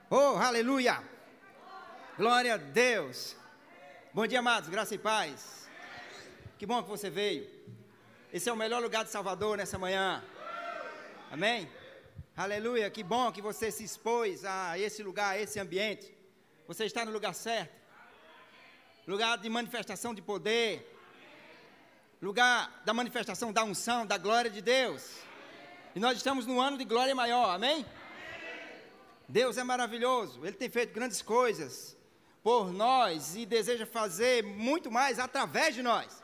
Oh, aleluia! Glória a Deus! Bom dia, amados, graça e paz. Que bom que você veio. Esse é o melhor lugar de Salvador nessa manhã. Amém? Aleluia, que bom que você se expôs a esse lugar, a esse ambiente. Você está no lugar certo. Lugar de manifestação de poder. Lugar da manifestação da unção, da glória de Deus. E nós estamos no ano de glória maior, amém? Deus é maravilhoso, Ele tem feito grandes coisas por nós e deseja fazer muito mais através de nós.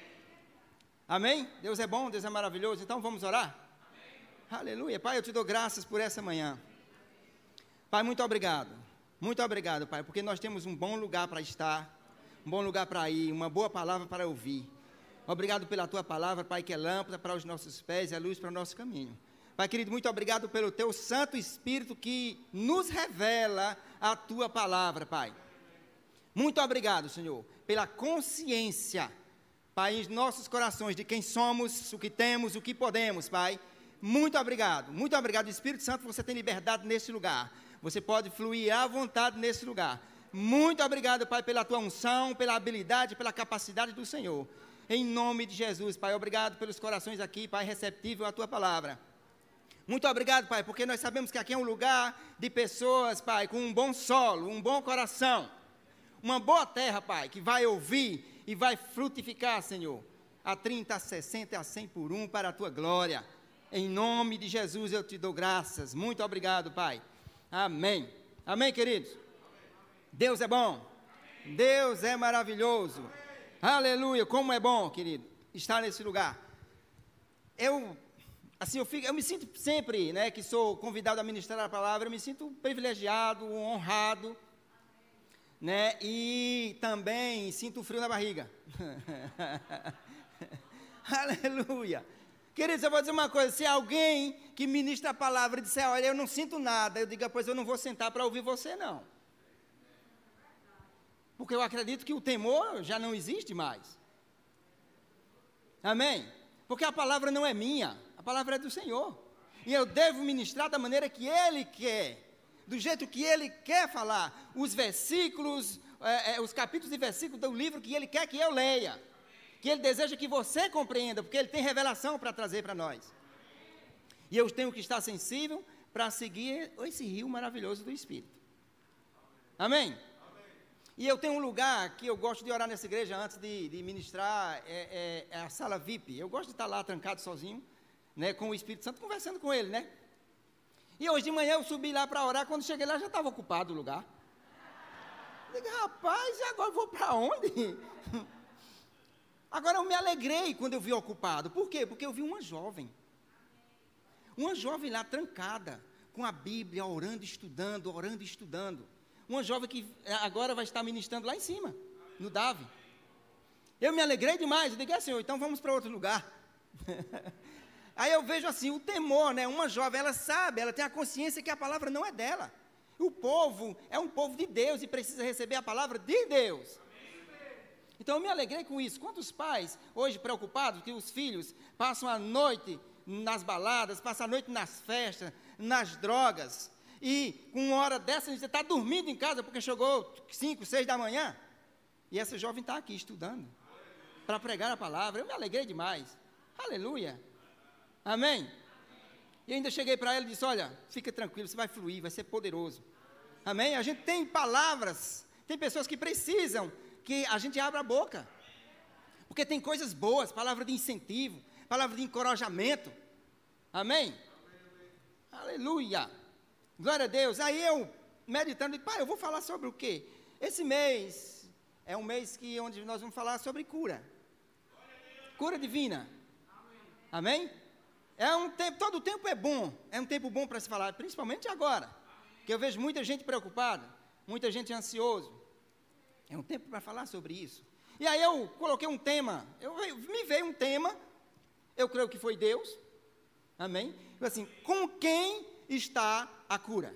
Amém? Deus é bom, Deus é maravilhoso, então vamos orar? Aleluia. Pai, eu te dou graças por essa manhã. Pai, muito obrigado, Pai, porque nós temos um bom lugar para estar, um bom lugar para ir, uma boa palavra para ouvir. Obrigado pela tua palavra, Pai, que é lâmpada para os nossos pés e a luz para o nosso caminho. Pai querido, muito obrigado pelo teu Santo Espírito que nos revela a tua palavra, Pai. Muito obrigado, Senhor, pela consciência, Pai, em nossos corações de quem somos, o que temos, o que podemos, Pai. Muito obrigado, Espírito Santo, você tem liberdade nesse lugar. Você pode fluir à vontade nesse lugar. Muito obrigado, Pai, pela tua unção, pela habilidade, pela capacidade do Senhor. Em nome de Jesus, Pai, obrigado pelos corações aqui, Pai, receptível à tua palavra. Muito obrigado, Pai, porque nós sabemos que aqui é um lugar de pessoas, Pai, com um bom solo, um bom coração, uma boa terra, Pai, que vai ouvir e vai frutificar, Senhor, a 30, a 60, a 100 por um, para a Tua glória. Em nome de Jesus eu te dou graças. Muito obrigado, Pai. Amém. Amém, queridos? Deus é bom. Deus é maravilhoso. Aleluia. Como é bom, querido, estar nesse lugar. Eu me sinto sempre, né, que sou convidado a ministrar a palavra, eu me sinto privilegiado, honrado, né, e também sinto frio na barriga. Aleluia. Queridos, eu vou dizer uma coisa, se alguém que ministra a palavra disser, olha, eu não sinto nada, eu digo, pois eu não vou sentar para ouvir você, não. Porque eu acredito que o temor já não existe mais. Amém? Porque a palavra não é minha. A palavra é do Senhor, e eu devo ministrar da maneira que Ele quer, do jeito que Ele quer falar, os versículos, os capítulos e versículos do livro que Ele quer que eu leia, que Ele deseja que você compreenda, porque Ele tem revelação para trazer para nós, e eu tenho que estar sensível para seguir esse rio maravilhoso do Espírito, amém? E eu tenho um lugar que eu gosto de orar nessa igreja antes de ministrar, é a sala VIP, eu gosto de estar lá trancado sozinho, né, com o Espírito Santo, conversando com ele, né? E hoje de manhã eu subi lá para orar, quando cheguei lá já estava ocupado o lugar. Eu digo, rapaz, e agora eu vou para onde? Agora eu me alegrei quando eu vi ocupado. Por quê? Porque eu vi uma jovem lá trancada, com a Bíblia, orando, estudando. Uma jovem que agora vai estar ministrando lá em cima, no Davi. Eu me alegrei demais, eu digo, Senhor, então vamos para outro lugar. Aí eu vejo assim, o temor, né? Uma jovem, ela sabe, ela tem a consciência que a palavra não é dela. O povo é um povo de Deus e precisa receber a palavra de Deus. Então eu me alegrei com isso. Quantos pais, hoje preocupados, que os filhos passam a noite nas baladas, passam a noite nas festas, nas drogas, e com uma hora dessa, você está dormindo em casa porque chegou 5, 6 da manhã, e essa jovem está aqui estudando, para pregar a palavra. Eu me alegrei demais. Aleluia. Amém? E ainda cheguei para ela e disse, olha, fica tranquilo, você vai fluir, vai ser poderoso. Amém? A gente tem palavras, tem pessoas que precisam que a gente abra a boca. Porque tem coisas boas, palavra de incentivo, palavra de encorajamento. Amém? Aleluia. Glória a Deus. Aí eu, meditando, pai, eu vou falar sobre o quê? Esse mês é um mês onde nós vamos falar sobre cura. Cura divina. Amém? É um tempo, todo o tempo é bom, é um tempo bom para se falar, principalmente agora, que eu vejo muita gente preocupada, muita gente ansioso. É um tempo para falar sobre isso. E aí eu coloquei um tema, me veio um tema, eu creio que foi Deus, amém? Assim, com quem está a cura?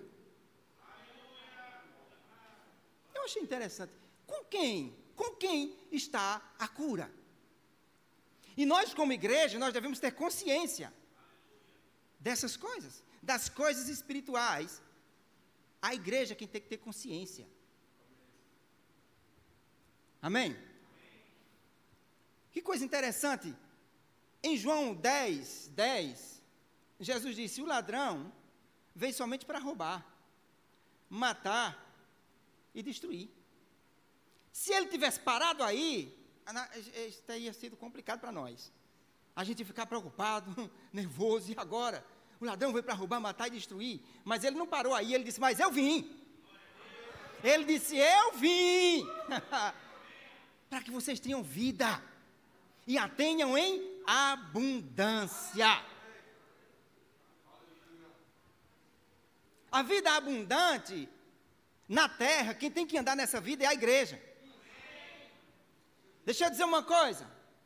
Eu achei interessante, com quem está a cura? E nós como igreja, nós devemos ter consciência dessas coisas, das coisas espirituais A igreja é quem tem que ter consciência. Amém? Que coisa interessante. Em João 10, Jesus disse: o ladrão veio somente para roubar, matar e destruir. Se ele tivesse parado aí, isso teria sido complicado para nós. A gente ia ficar preocupado, nervoso, e agora? O ladrão veio para roubar, matar e destruir. Mas ele não parou aí, ele disse: mas eu vim. Ele disse: eu vim para que vocês tenham vida e a tenham em abundância. A vida abundante na terra, quem tem que andar nessa vida é a igreja. Deixa eu dizer uma coisa.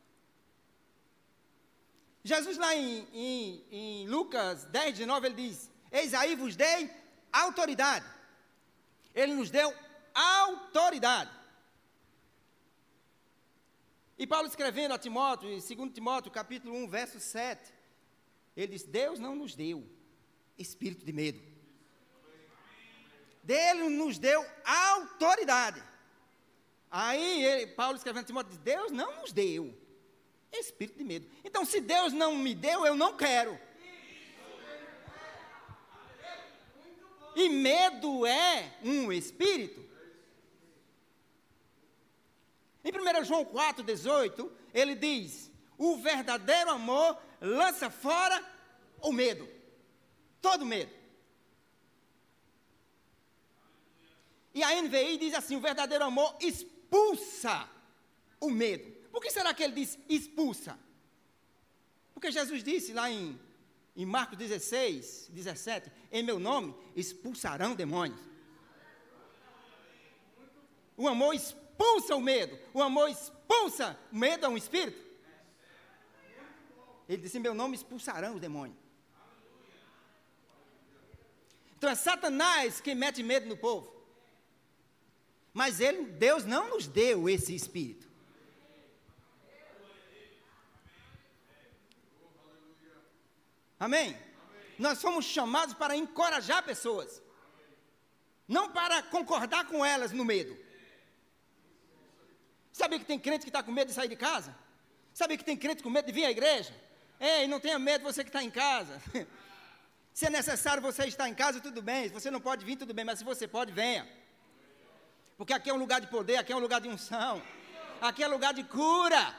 Jesus lá em Lucas 10, 19, ele diz: eis aí vos dei autoridade. Ele nos deu autoridade. E Paulo escrevendo a Timóteo, em 2 Timóteo, capítulo 1, verso 7, ele diz: Deus não nos deu espírito de medo. Ele nos deu autoridade. Aí Paulo escrevendo a Timóteo diz: Deus não nos deu espírito de medo. Então, se Deus não me deu, eu não quero. E medo é um espírito. Em 1 João 4, 18, ele diz: o verdadeiro amor lança fora o medo. Todo medo. E a NVI diz assim: o verdadeiro amor expulsa o medo. Por que será que ele diz expulsa? Porque Jesus disse lá em Marcos 16, 17, em meu nome expulsarão demônios. O amor expulsa o medo. O amor expulsa. O medo é um espírito. Ele disse: em meu nome expulsarão os demônios. Então é Satanás quem mete medo no povo. Mas Deus não nos deu esse espírito. Amém? Nós somos chamados para encorajar pessoas. Não para concordar com elas no medo. Sabe que tem crente que está com medo de sair de casa? Sabe que tem crente com medo de vir à igreja? Ei, não tenha medo você que está em casa. Se é necessário você estar em casa, tudo bem. Se você não pode vir, tudo bem. Mas se você pode, venha. Porque aqui é um lugar de poder, aqui é um lugar de unção. Aqui é lugar de cura.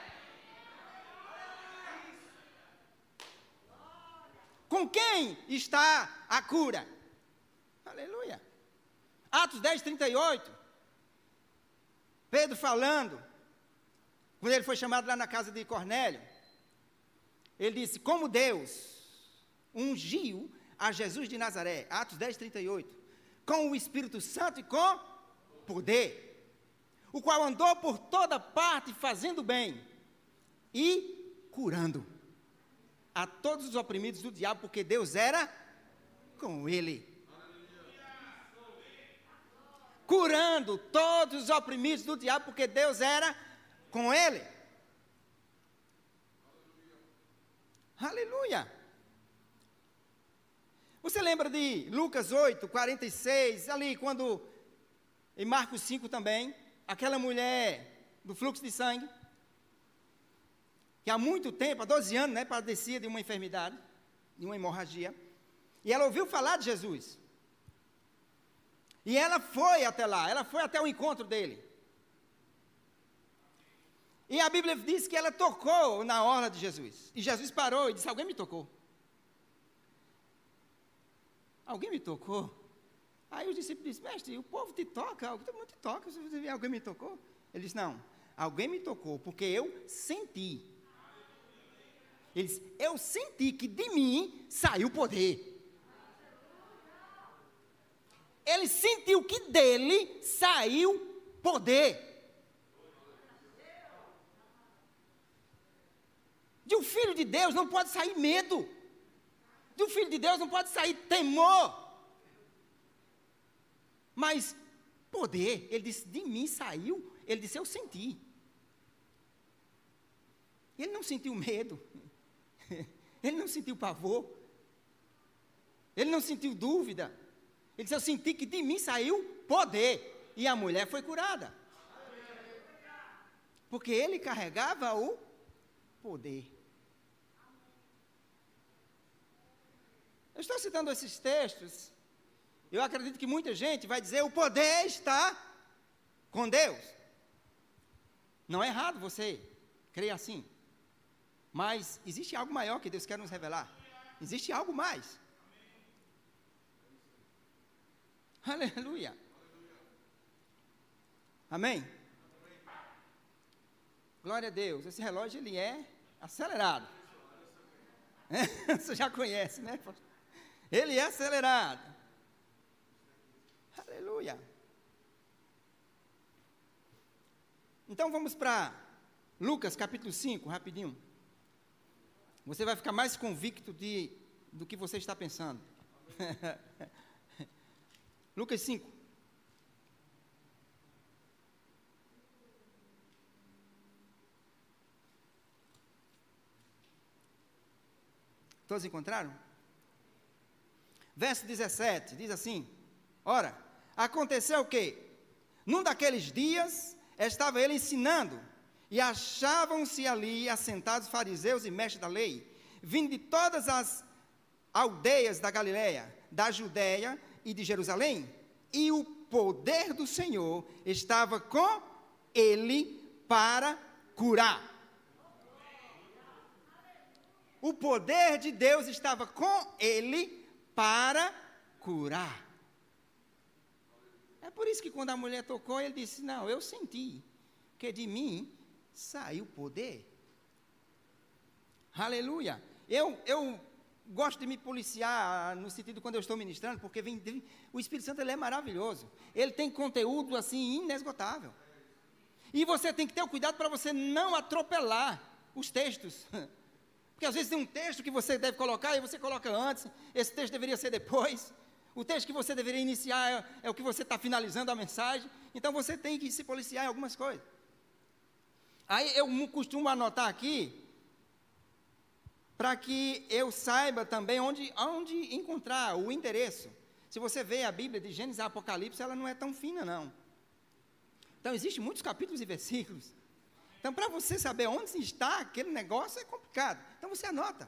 Com quem está a cura? Aleluia. Atos 10, 38. Pedro falando, quando ele foi chamado lá na casa de Cornélio, ele disse: como Deus ungiu a Jesus de Nazaré, Atos 10, 38, com o Espírito Santo e com poder, o qual andou por toda parte fazendo bem e curando a todos os oprimidos do diabo, porque Deus era com ele. Curando todos os oprimidos do diabo, porque Deus era com ele. Aleluia. Você lembra de Lucas 8, 46, ali quando, em Marcos 5 também, aquela mulher do fluxo de sangue, que há muito tempo, há 12 anos, padecia de uma enfermidade, de uma hemorragia, e ela ouviu falar de Jesus. E ela foi até lá, ela foi até o encontro dele. E a Bíblia diz que ela tocou na orla de Jesus. E Jesus parou e disse: alguém me tocou. Alguém me tocou? Aí os discípulos disseram: mestre, o povo te toca, todo mundo te toca, alguém me tocou? Ele disse: não, alguém me tocou, porque eu senti. Ele disse: eu senti que de mim saiu poder. Ele sentiu que dele saiu poder. De um filho de Deus não pode sair medo. De um filho de Deus não pode sair temor. Mas poder, ele disse: de mim saiu. Ele disse: eu senti. Ele não sentiu medo. Ele não sentiu pavor. Ele não sentiu dúvida. Ele disse, eu senti que de mim saiu poder. E a mulher foi curada. Porque ele carregava o poder. Eu estou citando esses textos. Eu acredito que muita gente vai dizer, o poder está com Deus. Não é errado você crer assim. Mas existe algo maior que Deus quer nos revelar. Existe algo mais. Aleluia. Amém? Glória a Deus. Esse relógio, ele é acelerado. Você já conhece, né? Ele é acelerado. Aleluia. Então vamos para Lucas capítulo 5, rapidinho. Você vai ficar mais convicto do que você está pensando. Lucas 5. Todos encontraram? Verso 17, diz assim, ora, aconteceu o quê? Num daqueles dias, estava ele ensinando, e achavam-se ali assentados fariseus e mestres da lei, vindo de todas as aldeias da Galileia, da Judéia e de Jerusalém, e o poder do Senhor estava com ele para curar. O poder de Deus estava com ele para curar. É por isso que quando a mulher tocou, ele disse, não, eu senti que de mim saiu poder. Aleluia. Eu gosto de me policiar no sentido quando eu estou ministrando, porque o Espírito Santo, ele é maravilhoso. Ele tem conteúdo assim inesgotável. E você tem que ter o cuidado para você não atropelar os textos. Porque às vezes tem um texto que você deve colocar e você coloca antes, esse texto deveria ser depois. O texto que você deveria iniciar é o que você está finalizando a mensagem. Então você tem que se policiar em algumas coisas. Aí eu costumo anotar aqui, para que eu saiba também onde encontrar o endereço. Se você vê a Bíblia de Gênesis a Apocalipse, ela não é tão fina, não. Então, existem muitos capítulos e versículos. Então, para você saber onde está aquele negócio, é complicado. Então, você anota.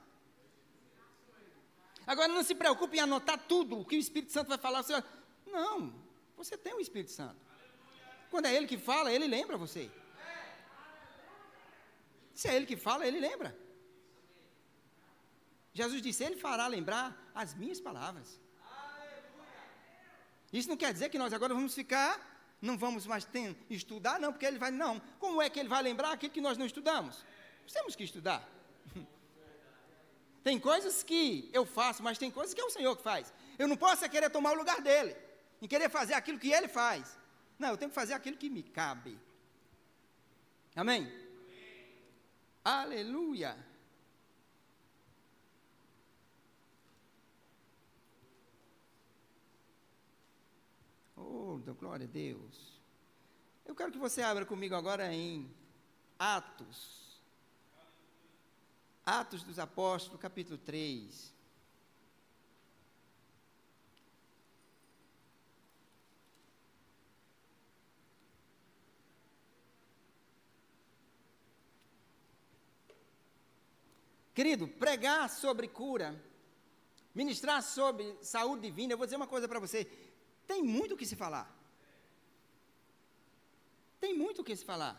Agora, não se preocupe em anotar tudo o que o Espírito Santo vai falar. Não, você tem o Espírito Santo. Quando é Ele que fala, Ele lembra você. Se é Ele que fala, Ele lembra. Jesus disse, Ele fará lembrar as minhas palavras. Isso não quer dizer que nós agora vamos ficar, não vamos mais estudar, não, porque Ele vai, não. Como é que Ele vai lembrar aquilo que nós não estudamos? Nós temos que estudar. Tem coisas que eu faço, mas tem coisas que é o Senhor que faz. Eu não posso querer tomar o lugar dEle, e querer fazer aquilo que Ele faz. Não, eu tenho que fazer aquilo que me cabe. Amém? Aleluia. Oh, glória a Deus. Eu quero que você abra comigo agora em Atos. Atos dos Apóstolos, capítulo 3. Querido, pregar sobre cura, ministrar sobre saúde divina, eu vou dizer uma coisa para você, tem muito o que se falar. Tem muito o que se falar.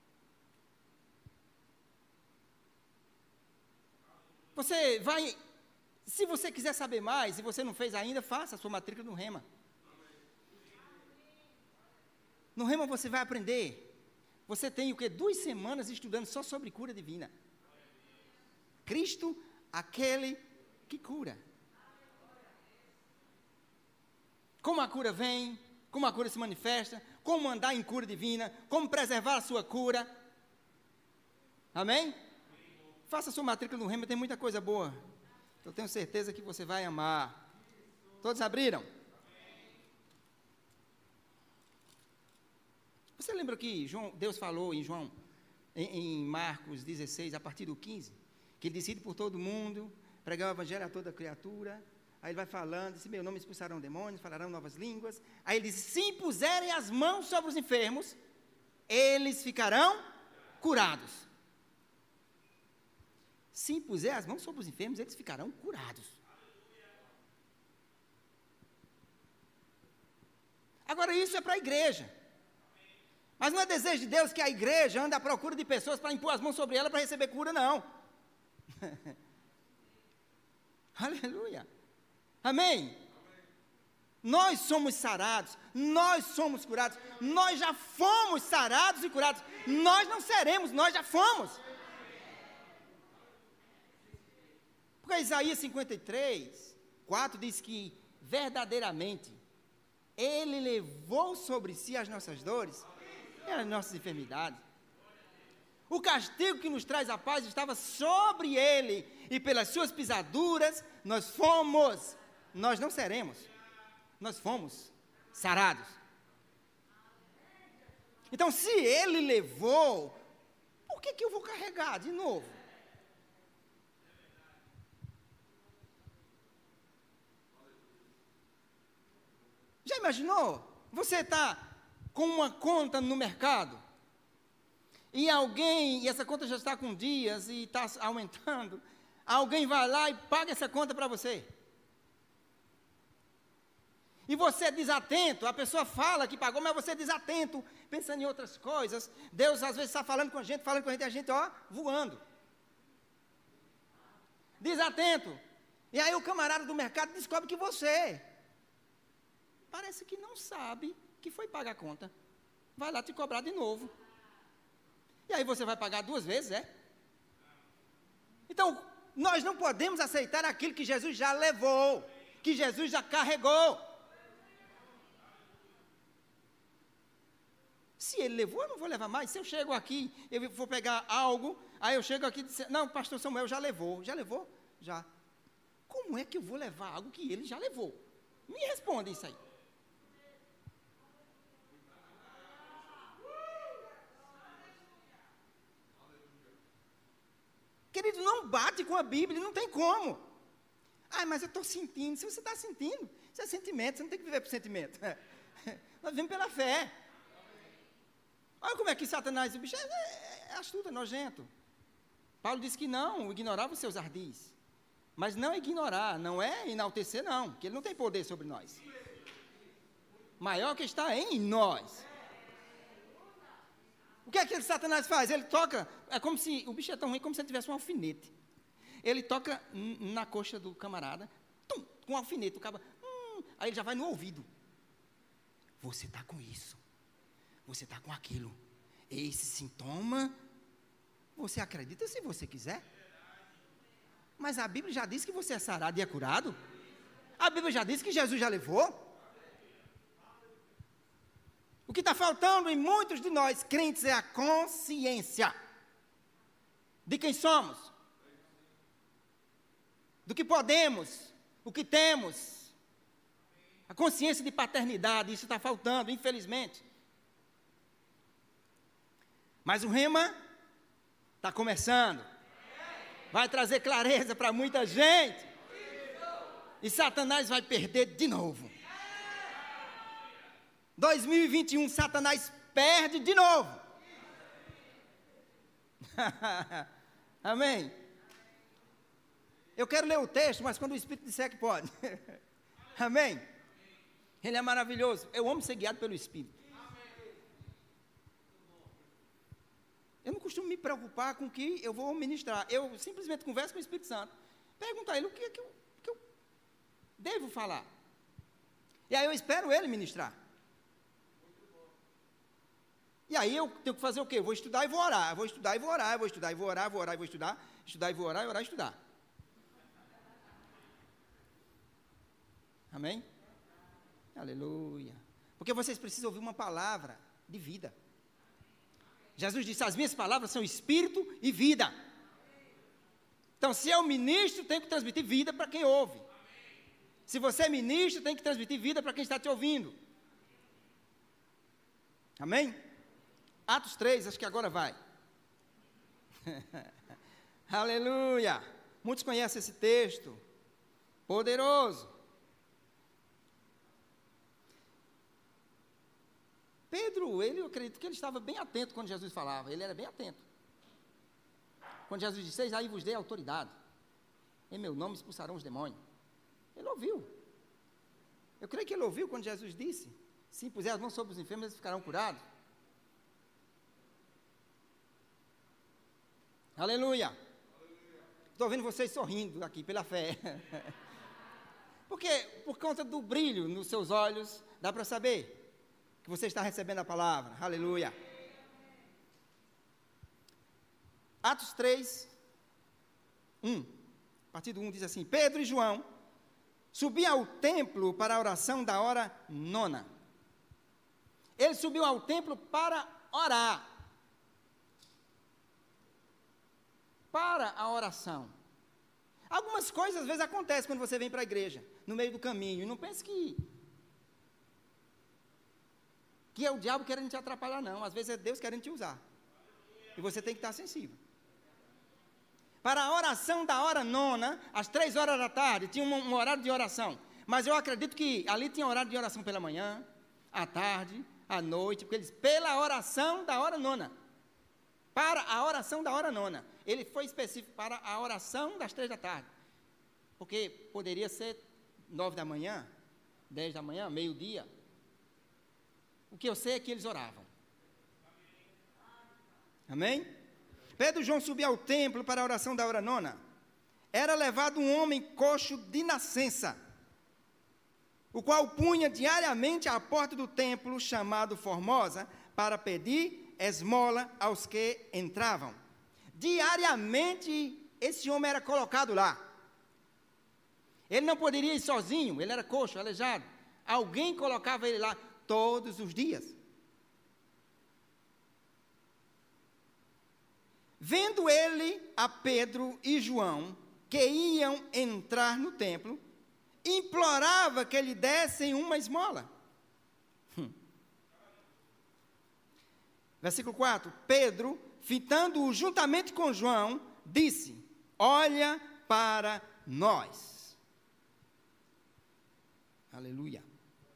Você vai, se você quiser saber mais, e você não fez ainda, faça a sua matrícula no Rema. No Rema você vai aprender. Você tem o quê? 2 semanas estudando só sobre cura divina. Cristo, aquele que cura. Como a cura vem, como a cura se manifesta, como andar em cura divina, como preservar a sua cura. Amém? Faça a sua matrícula no Rema, tem muita coisa boa. Eu tenho certeza que você vai amar. Todos abriram? Você lembra que Deus falou em Marcos 16, a partir do 15, que Ele decide por todo mundo, pregar o evangelho a toda criatura, Aí ele vai falando, disse, meu nome expulsarão demônios, falarão novas línguas. Aí ele diz, se impuserem as mãos sobre os enfermos, eles ficarão curados. Se impuser as mãos sobre os enfermos, eles ficarão curados. Agora isso é para a igreja. Mas não é desejo de Deus que a igreja ande à procura de pessoas para impor as mãos sobre ela para receber cura, não. Aleluia. Amém? Nós somos sarados, nós somos curados, nós já fomos sarados e curados, nós não seremos, nós já fomos. Porque Isaías 53, 4 diz que verdadeiramente Ele levou sobre si as nossas dores e as nossas enfermidades. O castigo que nos traz a paz estava sobre Ele, e pelas suas pisaduras nós fomos. Nós não seremos, nós fomos sarados. Então, se Ele levou, por que eu vou carregar de novo? Já imaginou? Você está com uma conta no mercado, e essa conta já está com dias e está aumentando, alguém vai lá e paga essa conta para você. E você é desatento, a pessoa fala que pagou, mas você é desatento, pensando em outras coisas. Deus às vezes está falando com a gente, e a gente, voando. Desatento. E aí o camarada do mercado descobre que você parece que não sabe que foi pagar a conta. Vai lá te cobrar de novo. E aí você vai pagar 2 vezes, Então, nós não podemos aceitar aquilo que Jesus já levou, que Jesus já carregou. Se Ele levou, eu não vou levar mais. Se eu chego aqui, eu vou pegar algo, aí eu chego aqui e digo, não, pastor Samuel já levou. Já levou? Já. Como é que eu vou levar algo que ele já levou? Me responda isso aí. Querido, não bate com a Bíblia, não tem como. Mas eu estou sentindo. Se você está sentindo, isso é sentimento, você não tem que viver por sentimento. Nós vivemos pela fé. Olha como é que Satanás, o bicho é astuto, é nojento. Paulo disse que não ignorava os seus ardis. Mas não ignorar, não é enaltecer, não, que ele não tem poder sobre nós. Maior que está em nós. O que é que Satanás faz? Ele toca, é como se, o bicho é tão ruim como se ele tivesse um alfinete. Ele toca na coxa do camarada, com um alfinete, o cara, aí ele já vai no ouvido. Você está com isso, você está com aquilo. Esse sintoma, você acredita se você quiser. Mas a Bíblia já diz que você é sarado e é curado. A Bíblia já diz que Jesus já levou. O que está faltando em muitos de nós, crentes, é a consciência de quem somos, do que podemos, o que temos, a consciência de paternidade. Isso está faltando, infelizmente. Mas o rema está começando, vai trazer clareza para muita gente, e Satanás vai perder de novo. 2021, Satanás perde de novo. Amém? Eu quero ler o texto, mas quando o Espírito disser que pode. Amém? Ele é maravilhoso. Eu amo ser guiado pelo Espírito. Eu não costumo me preocupar com o que eu vou ministrar. Eu simplesmente converso com o Espírito Santo. Pergunto a ele o que é que eu devo falar. E aí eu espero ele ministrar. E aí eu tenho que fazer o quê? Eu vou estudar e vou orar. Eu vou estudar e vou orar. Eu vou estudar e vou orar. Vou orar e vou estudar. Estudar e vou orar e orar e estudar. Amém? Aleluia. Porque vocês precisam ouvir uma palavra de vida. Jesus disse, as minhas palavras são espírito e vida. Então, se eu ministro, tenho que transmitir vida para quem ouve. Se você é ministro, tem que transmitir vida para quem está te ouvindo. Amém? Atos 3, acho que agora vai. Aleluia. Muitos conhecem esse texto. Poderoso. Pedro, eu acredito que ele estava bem atento quando Jesus falava, ele era bem atento. Quando Jesus disse, eis aí vos dei autoridade, em meu nome expulsarão os demônios. Ele ouviu. Eu creio que ele ouviu quando Jesus disse, se impuser as mãos sobre os enfermos, eles ficarão curados. Aleluia. Estou vendo vocês sorrindo aqui pela fé. Porque por conta do brilho nos seus olhos, dá para saber que você está recebendo a palavra. Aleluia. Atos 3, 1. A partir do 1 diz assim, Pedro e João subiam ao templo para a oração da hora 9. Ele subiu ao templo para orar. Para a oração. Algumas coisas às vezes acontecem quando você vem para a igreja, no meio do caminho, e não pense que é o diabo querendo te atrapalhar, não. Às vezes é Deus querendo te usar. E você tem que estar sensível. Para a oração da hora 9, às 3 horas da tarde, tinha um horário de oração. Mas eu acredito que ali tinha horário de oração pela manhã, à tarde, à noite, porque eles, pela oração da hora 9. Para a oração da hora 9. Ele foi específico para a oração das 3 da tarde. Porque poderia ser 9 da manhã, 10 da manhã, meio-dia. O que eu sei é que eles oravam. Amém? Pedro e João subiam ao templo para a oração da hora 9. Era levado um homem coxo de nascença, o qual punha diariamente à porta do templo, chamado Formosa, para pedir esmola aos que entravam. Diariamente, esse homem era colocado lá. Ele não poderia ir sozinho, ele era coxo, aleijado. Alguém colocava ele lá todos os dias. Vendo ele a Pedro e João, que iam entrar no templo, implorava que lhe dessem uma esmola. Versículo 4, Pedro, fitando-o juntamente com João, disse, olha para nós. Aleluia.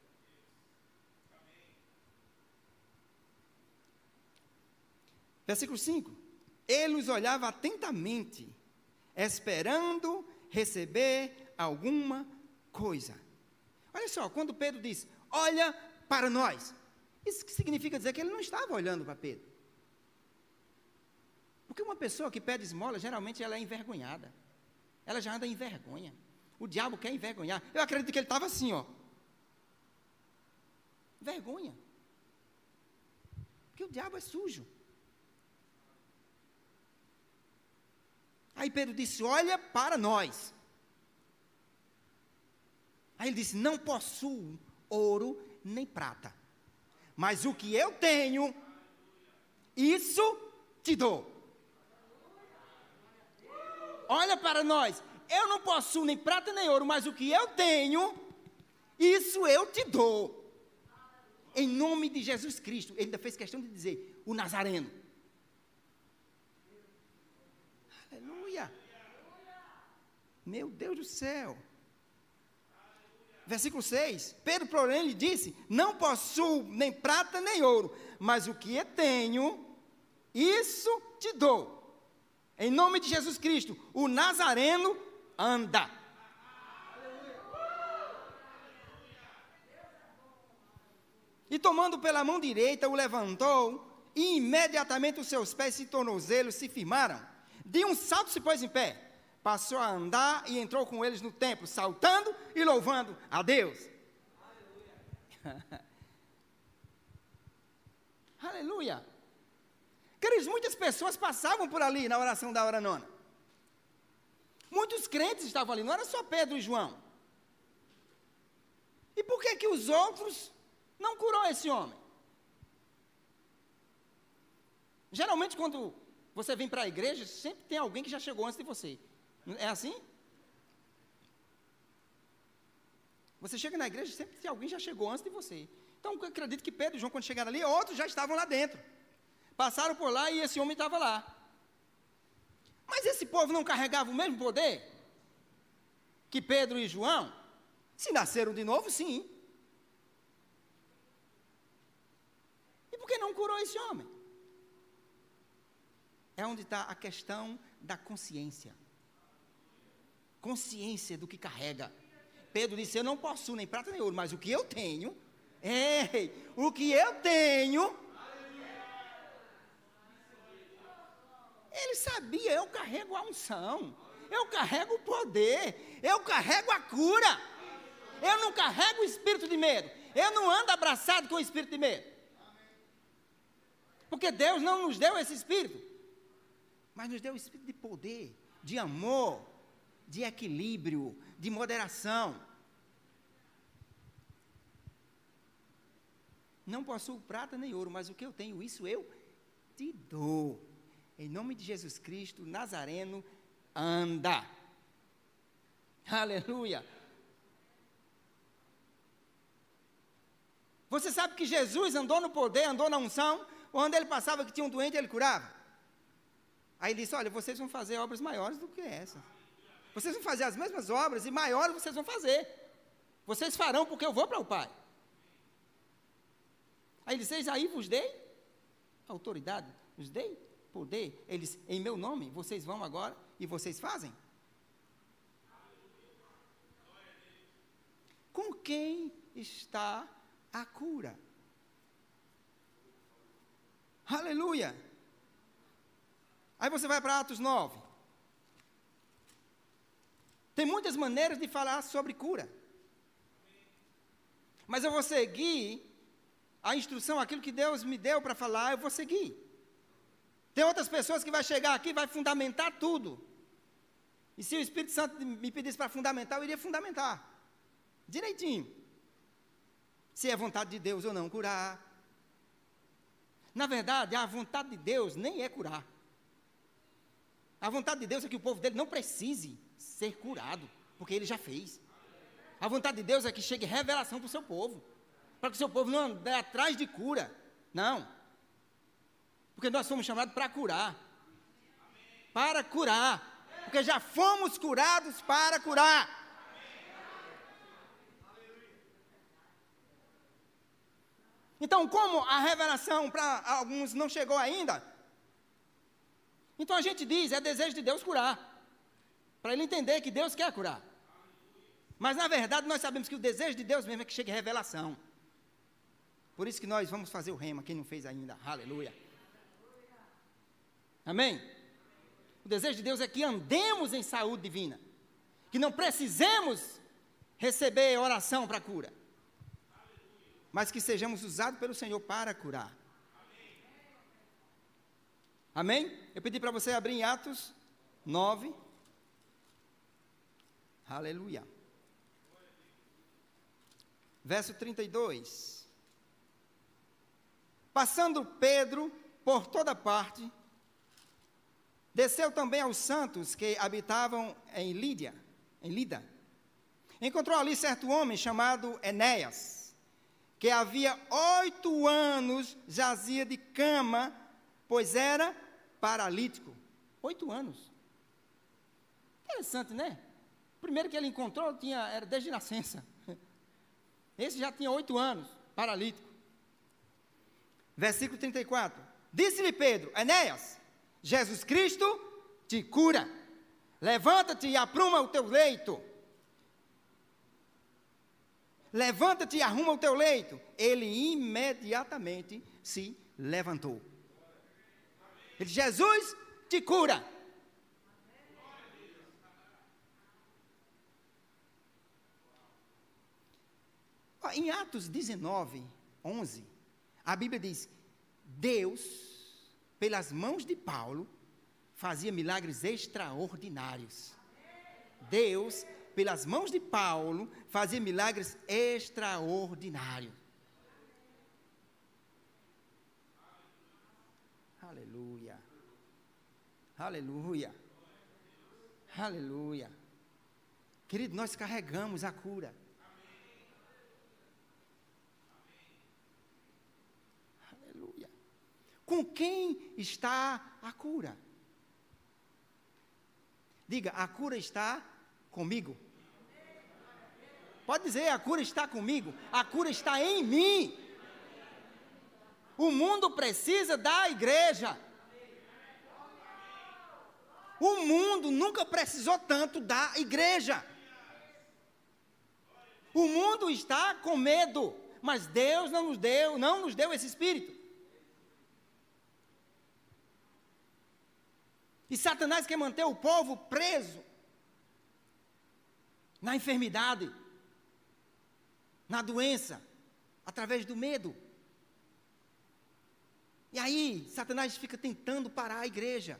Versículo 5, ele os olhava atentamente, esperando receber alguma coisa. Olha só, quando Pedro diz, olha para nós, isso significa dizer que ele não estava olhando para Pedro. Porque uma pessoa que pede esmola, geralmente ela é envergonhada. Ela já anda em vergonha. O diabo quer envergonhar. Eu acredito que ele estava assim, ó. Vergonha. Porque o diabo é sujo. Aí Pedro disse, olha para nós. Aí ele disse, não possuo ouro nem prata, mas o que eu tenho, isso te dou. Olha para nós, eu não possuo nem prata nem ouro, mas o que eu tenho, isso eu te dou. Em nome de Jesus Cristo. Ele ainda fez questão de dizer, o Nazareno. Aleluia. Meu Deus do céu. Versículo 6, Pedro, porém, lhe disse, não possuo nem prata nem ouro, mas o que eu tenho, isso te dou. Em nome de Jesus Cristo, o Nazareno anda. E tomando pela mão direita, o levantou, e imediatamente os seus pés e tornozelos se firmaram. De um salto se pôs em pé. Passou a andar e entrou com eles no templo, saltando e louvando a Deus. Aleluia. Aleluia. Queridos, muitas pessoas passavam por ali na oração da hora 9. Muitos crentes estavam ali, não era só Pedro e João. E por que que os outros não curou esse homem? Geralmente quando você vem para a igreja, sempre tem alguém que já chegou antes de você. É assim? Você chega na igreja, sempre tem alguém que já chegou antes de você. Então, eu acredito que Pedro e João, quando chegaram ali, outros já estavam lá dentro. Passaram por lá e esse homem estava lá. Mas esse povo não carregava o mesmo poder que Pedro e João? Se nasceram de novo, sim. Por que não curou esse homem? É onde está a questão da consciência. Consciência do que carrega. Pedro disse, eu não possuo nem prata nem ouro, mas o que eu tenho, o que eu tenho, ele sabia, eu carrego a unção, eu carrego o poder, eu carrego a cura, eu não carrego o espírito de medo, eu não ando abraçado com o espírito de medo, porque Deus não nos deu esse espírito, mas nos deu o espírito de poder, de amor, de equilíbrio, de moderação. Não possuo prata nem ouro, mas o que eu tenho, isso eu te dou. Em nome de Jesus Cristo, Nazareno, anda. Aleluia. Você sabe que Jesus andou no poder, andou na unção, onde ele passava que tinha um doente, ele curava. Aí ele disse, olha, vocês vão fazer obras maiores do que essa. Vocês vão fazer as mesmas obras e maiores vocês vão fazer. Vocês farão porque eu vou para o Pai. Aí ele disse, aí vos dei autoridade, vos dei poder. Ele disse, em meu nome, vocês vão agora e vocês fazem. Com quem está a cura? Aleluia. Aí você vai para Atos 9. Tem muitas maneiras de falar sobre cura. Mas eu vou seguir a instrução, aquilo que Deus me deu para falar, eu vou seguir. Tem outras pessoas que vai chegar aqui e vai fundamentar tudo. E se o Espírito Santo me pedisse para fundamentar, eu iria fundamentar. Direitinho. Se é vontade de Deus ou não curar. Na verdade, a vontade de Deus nem é curar. A vontade de Deus é que o povo dele não precise ser curado, porque ele já fez. A vontade de Deus é que chegue revelação para o seu povo, para que o seu povo não ande atrás de cura, não, porque nós fomos chamados para curar, porque já fomos curados para curar. Então, como a revelação para alguns não chegou ainda, então a gente diz, é desejo de Deus curar, para ele entender que Deus quer curar. Mas na verdade nós sabemos que o desejo de Deus mesmo é que chegue revelação. Por isso que nós vamos fazer o rema, quem não fez ainda, aleluia. Amém? O desejo de Deus é que andemos em saúde divina, que não precisemos receber oração para cura, mas que sejamos usados pelo Senhor para curar. Amém? Eu pedi para você abrir em Atos 9. Aleluia. Verso 32. Passando Pedro por toda parte, desceu também aos santos que habitavam em Lida. Encontrou ali certo homem chamado Enéas, que havia 8 anos jazia de cama, pois era paralítico. 8 anos. Interessante, né? O primeiro que ele encontrou era desde nascença. Esse já tinha 8 anos, paralítico. Versículo 34. Disse-lhe Pedro, Enéas, Jesus Cristo te cura. Levanta-te e apruma o teu leito. Levanta-te e arruma o teu leito. Ele imediatamente se levantou. Ele disse, Jesus te cura. Em Atos 19, 11, a Bíblia diz, Deus, pelas mãos de Paulo, fazia milagres extraordinários. Deus, pelas mãos de Paulo, fazia milagres extraordinários. Aleluia. Aleluia. Aleluia. Querido, nós carregamos a cura. Aleluia. Com quem está a cura? Diga, a cura está comigo. Pode dizer, a cura está comigo. A cura está em mim. O O mundo precisa da igreja. O mundo nunca precisou tanto da igreja. O mundo está com medo, mas Deus não nos deu esse espírito. E Satanás quer manter o povo preso na enfermidade, na doença, através do medo. E aí, Satanás fica tentando parar a igreja,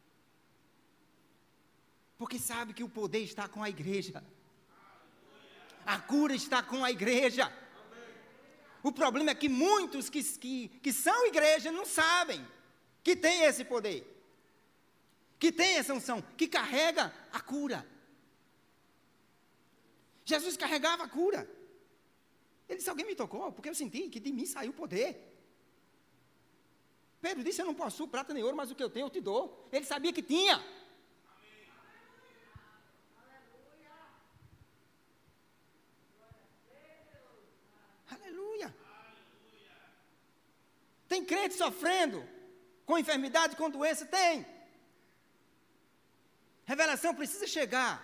porque sabe que o poder está com a igreja, a cura está com a igreja. O problema é que muitos que são igreja não sabem que tem esse poder, que tem essa unção, que carrega a cura. Jesus carregava a cura. Ele disse: alguém me tocou, porque eu senti que de mim saiu o poder. Pedro disse: eu não possuo prata nem ouro, mas o que eu tenho eu te dou. Ele sabia que tinha. Aleluia. Tem crente sofrendo com enfermidade, com doença? Tem. Revelação precisa chegar.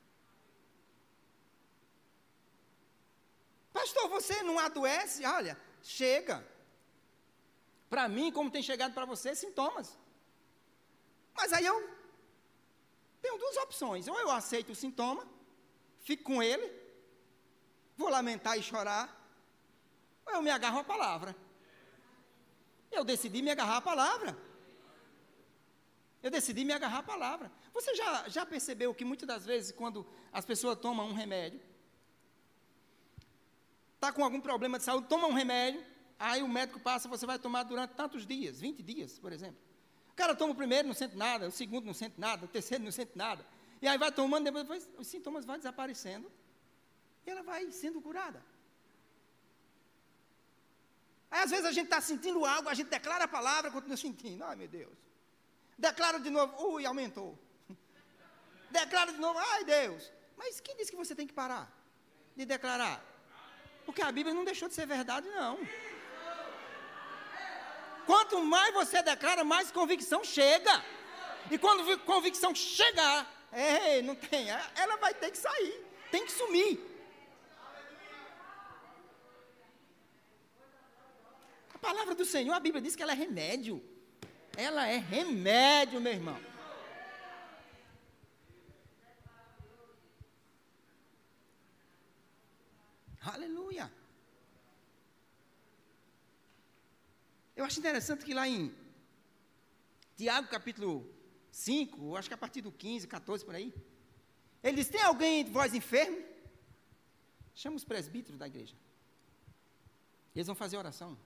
Pastor, você não adoece? Olha, chega. Para mim, como tem chegado para você, sintomas. Mas aí eu tenho duas opções. Ou eu aceito o sintoma, fico com ele, vou lamentar e chorar, ou eu me agarro à palavra. Eu decidi me agarrar à palavra. Eu decidi me agarrar à palavra. Você já percebeu que muitas das vezes, quando as pessoas tomam um remédio, está com algum problema de saúde, toma um remédio, aí o médico passa, você vai tomar durante tantos dias, 20 dias, por exemplo. O cara toma o primeiro, não sente nada, o segundo não sente nada, o terceiro não sente nada. E aí vai tomando, depois os sintomas vão desaparecendo, e ela vai sendo curada. Aí às vezes a gente está sentindo algo, a gente declara a palavra, continua sentindo. Ai, meu Deus. Declara de novo, ui, aumentou. Declara de novo, ai, Deus. Mas quem disse que você tem que parar de declarar? Porque a Bíblia não deixou de ser verdade, não. Quanto mais você declara, mais convicção chega. E quando convicção chegar, não tem, ela vai ter que sair, tem que sumir. A palavra do Senhor, a Bíblia diz que ela é remédio. Ela é remédio, meu irmão. Aleluia. Eu acho interessante que lá em Tiago capítulo 5, acho que a partir do 15, 14 por aí, ele diz: tem alguém de vós enfermo? Chama os presbíteros da igreja. Eles vão fazer oração.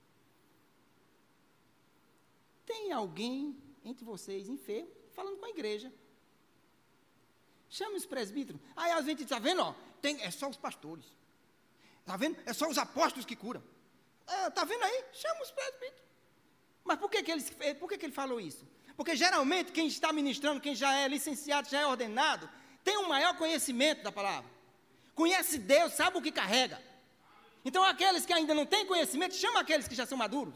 Tem alguém entre vocês enfermo, falando com a igreja. Chama os presbíteros. Aí a gente diz: está vendo? Ó, é só os pastores. Está vendo? É só os apóstolos que curam. Está vendo aí? Chama os presbíteros. Mas por que ele falou isso? Porque geralmente quem está ministrando, quem já é licenciado, já é ordenado, tem um maior conhecimento da palavra. Conhece Deus, sabe o que carrega. Então aqueles que ainda não têm conhecimento, chama aqueles que já são maduros.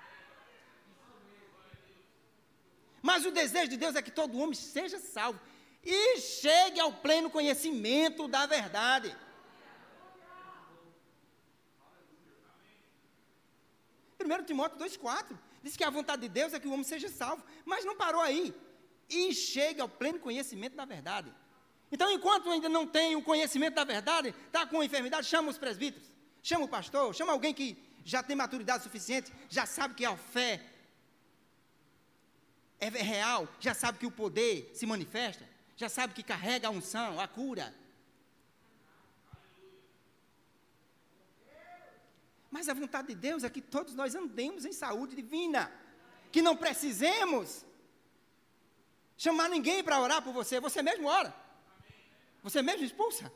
Mas o desejo de Deus é que todo homem seja salvo e chegue ao pleno conhecimento da verdade. 1 Timóteo 2,4 diz que a vontade de Deus é que o homem seja salvo, mas não parou aí. E chegue ao pleno conhecimento da verdade. Então, enquanto ainda não tem o conhecimento da verdade, está com enfermidade, chama os presbíteros, chama o pastor, chama alguém que já tem maturidade suficiente, já sabe que a fé é real, já sabe que o poder se manifesta, já sabe que carrega a unção, a cura. Mas a vontade de Deus é que todos nós andemos em saúde divina, que não precisemos chamar ninguém para orar por você, você mesmo ora, você mesmo expulsa.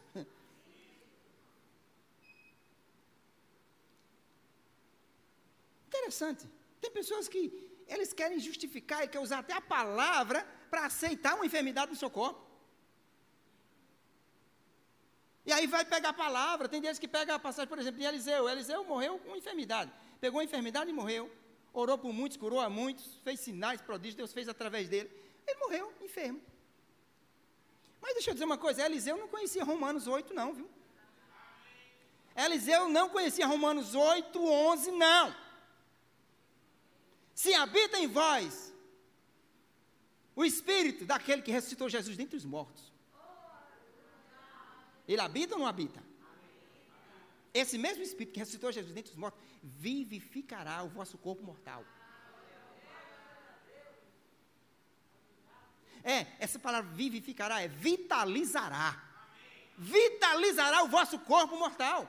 Interessante, tem pessoas que eles querem justificar e querem usar até a palavra para aceitar uma enfermidade no seu corpo. E aí vai pegar a palavra, tem deles que pegam a passagem, por exemplo, de Eliseu. Eliseu morreu com enfermidade, pegou a enfermidade e morreu. orou por muitos, curou a muitos, fez sinais, prodígios, Deus fez através dele. Ele morreu enfermo. Mas deixa eu dizer uma coisa, Eliseu não conhecia Romanos 8 não, viu? Eliseu não conhecia Romanos 8, 11, não. Se habita em vós o Espírito daquele que ressuscitou Jesus dentre os mortos. Ele habita ou não habita? Esse mesmo Espírito que ressuscitou Jesus dentre os mortos, vivificará o vosso corpo mortal. Essa palavra vivificará é vitalizará. Vitalizará o vosso corpo mortal.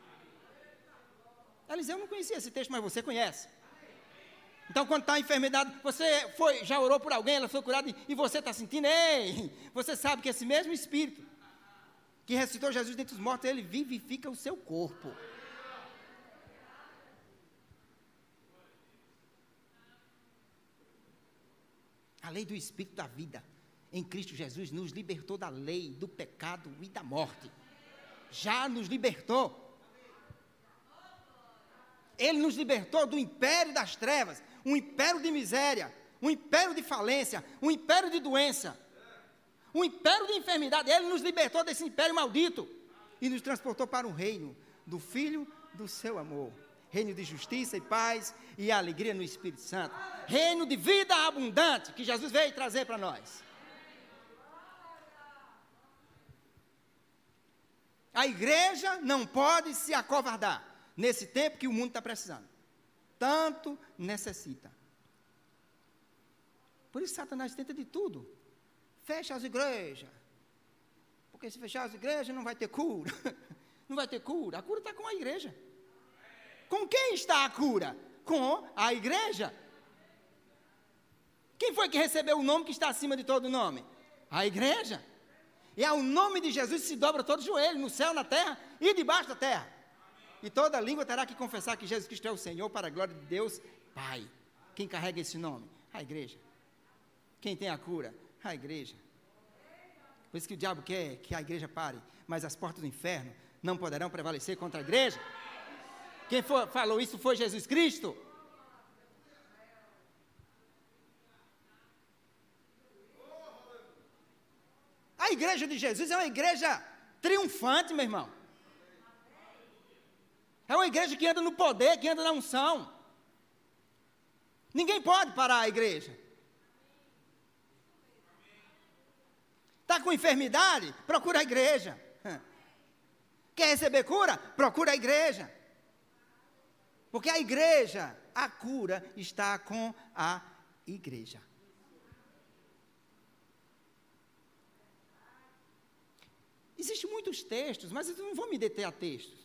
Eliseu não conhecia esse texto, mas você conhece. Então, quando está a enfermidade, você já orou por alguém, ela foi curada e você está sentindo, você sabe que esse mesmo Espírito que ressuscitou Jesus dentre os mortos, ele vivifica o seu corpo. A lei do Espírito da vida em Cristo Jesus nos libertou da lei, do pecado e da morte. Já nos libertou. Ele nos libertou do império das trevas, um império de miséria, um império de falência, um império de doença, um império de enfermidade. Ele nos libertou desse império maldito e nos transportou para um reino do Filho do seu amor. Reino de justiça e paz e alegria no Espírito Santo. Reino de vida abundante que Jesus veio trazer para nós. A igreja não pode se acovardar nesse tempo que o mundo está precisando. Tanto necessita. Por isso Satanás tenta de tudo. Fecha as igrejas. Porque se fechar as igrejas não vai ter cura. Não vai ter cura. A cura está com a igreja. Com quem está a cura? Com a igreja. Quem foi que recebeu o nome que está acima de todo nome? A igreja. E ao nome de Jesus se dobra todo joelho, no céu, na terra e debaixo da terra. E toda língua terá que confessar que Jesus Cristo é o Senhor, para a glória de Deus Pai. Quem carrega esse nome? A igreja. Quem tem a cura? A igreja. Por isso que o diabo quer que a igreja pare, mas as portas do inferno não poderão prevalecer contra a igreja. Quem falou isso foi Jesus Cristo. A igreja de Jesus é uma igreja triunfante, meu irmão. É uma igreja que anda no poder, que anda na unção. Ninguém pode parar a igreja. Está com enfermidade? Procura a igreja. Quer receber cura? Procura a igreja. Porque a igreja, a cura está com a igreja. Existem muitos textos, mas eu não vou me deter a textos.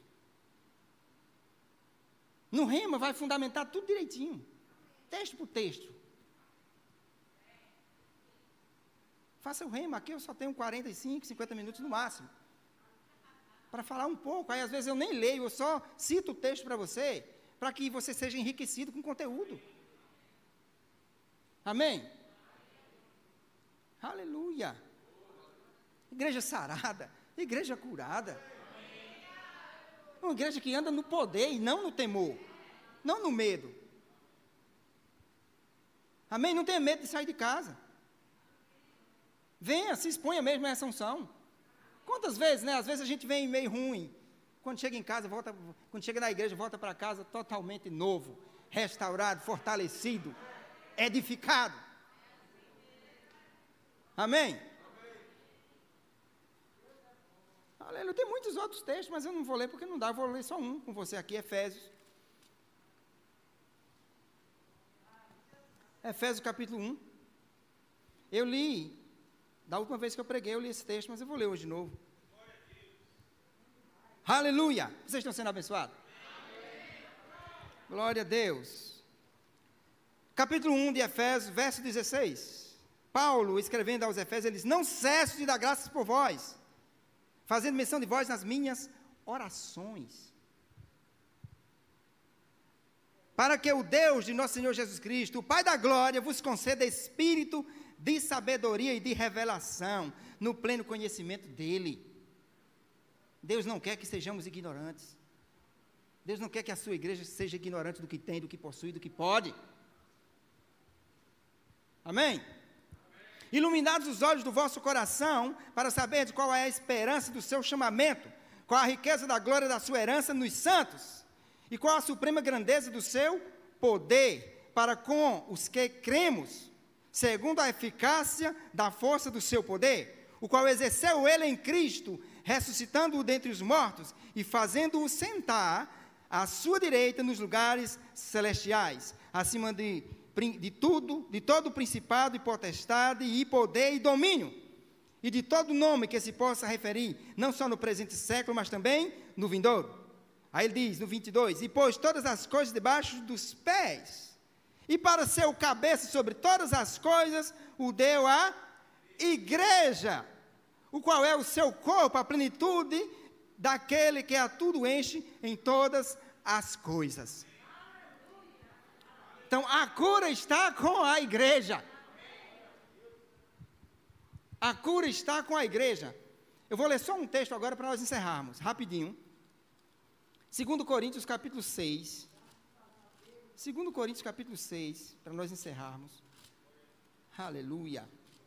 No Rema vai fundamentar tudo direitinho. Texto por texto. Faça o Rema, aqui eu só tenho 45, 50 minutos no máximo. Para falar um pouco, aí às vezes eu nem leio, eu só cito o texto para você, para que você seja enriquecido com conteúdo. Amém? Aleluia. Igreja sarada, igreja curada. Uma igreja que anda no poder e não no temor, não no medo. Amém? Não tenha medo de sair de casa. Venha, se exponha mesmo a essa unção. Quantas vezes, né? Às vezes a gente vem meio ruim. Quando chega em casa, quando chega na igreja, volta para casa totalmente novo, restaurado, fortalecido, edificado. Amém? Aleluia. Tem muitos outros textos, mas eu não vou ler porque não dá, eu vou ler só um com você aqui, Efésios. Efésios capítulo 1. Eu li, da última vez que eu preguei, eu li esse texto, mas eu vou ler hoje de novo. Aleluia! Vocês estão sendo abençoados? Glória a Deus. Capítulo 1 de Efésios, verso 16. Paulo, escrevendo aos Efésios, ele diz: não cesso de dar graças por vós, fazendo menção de vós nas minhas orações, para que o Deus de nosso Senhor Jesus Cristo, o Pai da glória, vos conceda espírito de sabedoria e de revelação, no pleno conhecimento dEle. Deus não quer que sejamos ignorantes. Deus não quer que a sua igreja seja ignorante do que tem, do que possui, do que pode. Amém? Iluminados os olhos do vosso coração, para saber de qual é a esperança do seu chamamento, qual a riqueza da glória da sua herança nos santos, e qual a suprema grandeza do seu poder, para com os que cremos, segundo a eficácia da força do seu poder, o qual exerceu ele em Cristo, ressuscitando-o dentre os mortos, e fazendo-o sentar à sua direita nos lugares celestiais, acima de tudo, de todo principado e potestade, e poder e domínio, e de todo nome que se possa referir, não só no presente século, mas também no vindouro. Aí ele diz, no 22, e pôs todas as coisas debaixo dos pés, e para ser o cabeça sobre todas as coisas, o deu à igreja, o qual é o seu corpo, a plenitude daquele que a tudo enche em todas as coisas. Então, a cura está com a igreja. A cura está com a igreja. Eu vou ler só um texto agora para nós encerrarmos, rapidinho. 2 Coríntios capítulo 6. 2 Coríntios capítulo 6, para nós encerrarmos. Aleluia.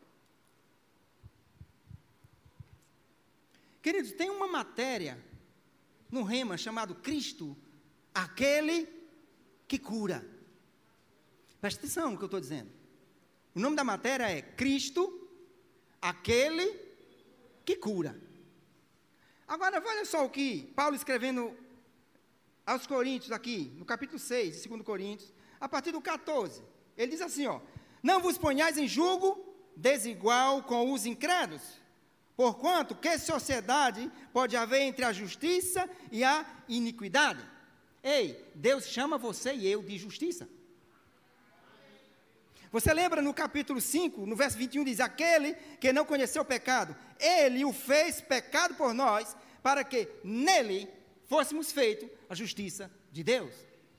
Queridos, tem uma matéria no Rema chamado Cristo, aquele que cura. Presta atenção no que eu estou dizendo. O nome da matéria é Cristo, aquele que cura. Agora, olha só o que Paulo escrevendo aos Coríntios aqui, no capítulo 6 de 2 Coríntios, a partir do 14. Ele diz assim, ó: não vos ponhais em julgo desigual com os incrédulos, porquanto que sociedade pode haver entre a justiça e a iniquidade? Ei, Deus chama você e eu de justiça. Você lembra no capítulo 5, no verso 21, diz, aquele que não conheceu o pecado, ele o fez pecado por nós, para que nele fôssemos feitos a justiça de Deus.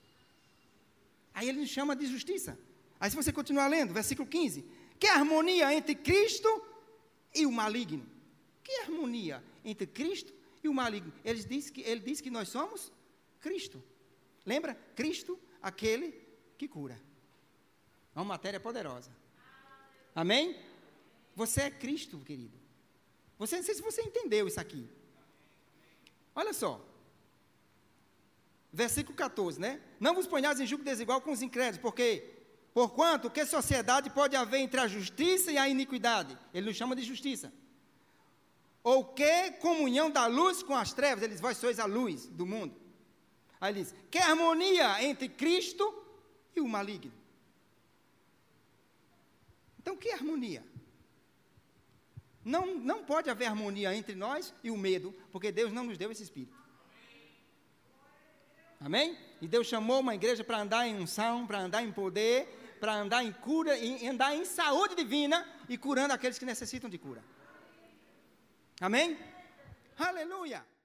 Aí ele nos chama de justiça. Aí se você continuar lendo, versículo 15, que harmonia entre Cristo e o maligno? Que harmonia entre Cristo e o maligno? Ele diz que nós somos Cristo. Lembra? Cristo, aquele que cura. É uma matéria poderosa. Amém? Você é Cristo, querido. Não sei se você entendeu isso aqui. Olha só. Versículo 14, né? Não vos ponhais em julgo desigual com os incrédulos, porque, porquanto, que sociedade pode haver entre a justiça e a iniquidade? Ele nos chama de justiça. Ou que comunhão da luz com as trevas? Ele diz, vós sois a luz do mundo. Aí ele diz, que harmonia entre Cristo e o maligno? Então, que harmonia? Não pode haver harmonia entre nós e o medo, porque Deus não nos deu esse espírito. Amém? E Deus chamou uma igreja para andar em unção, para andar em poder, para andar em cura, andar em saúde divina e curando aqueles que necessitam de cura. Amém? Aleluia!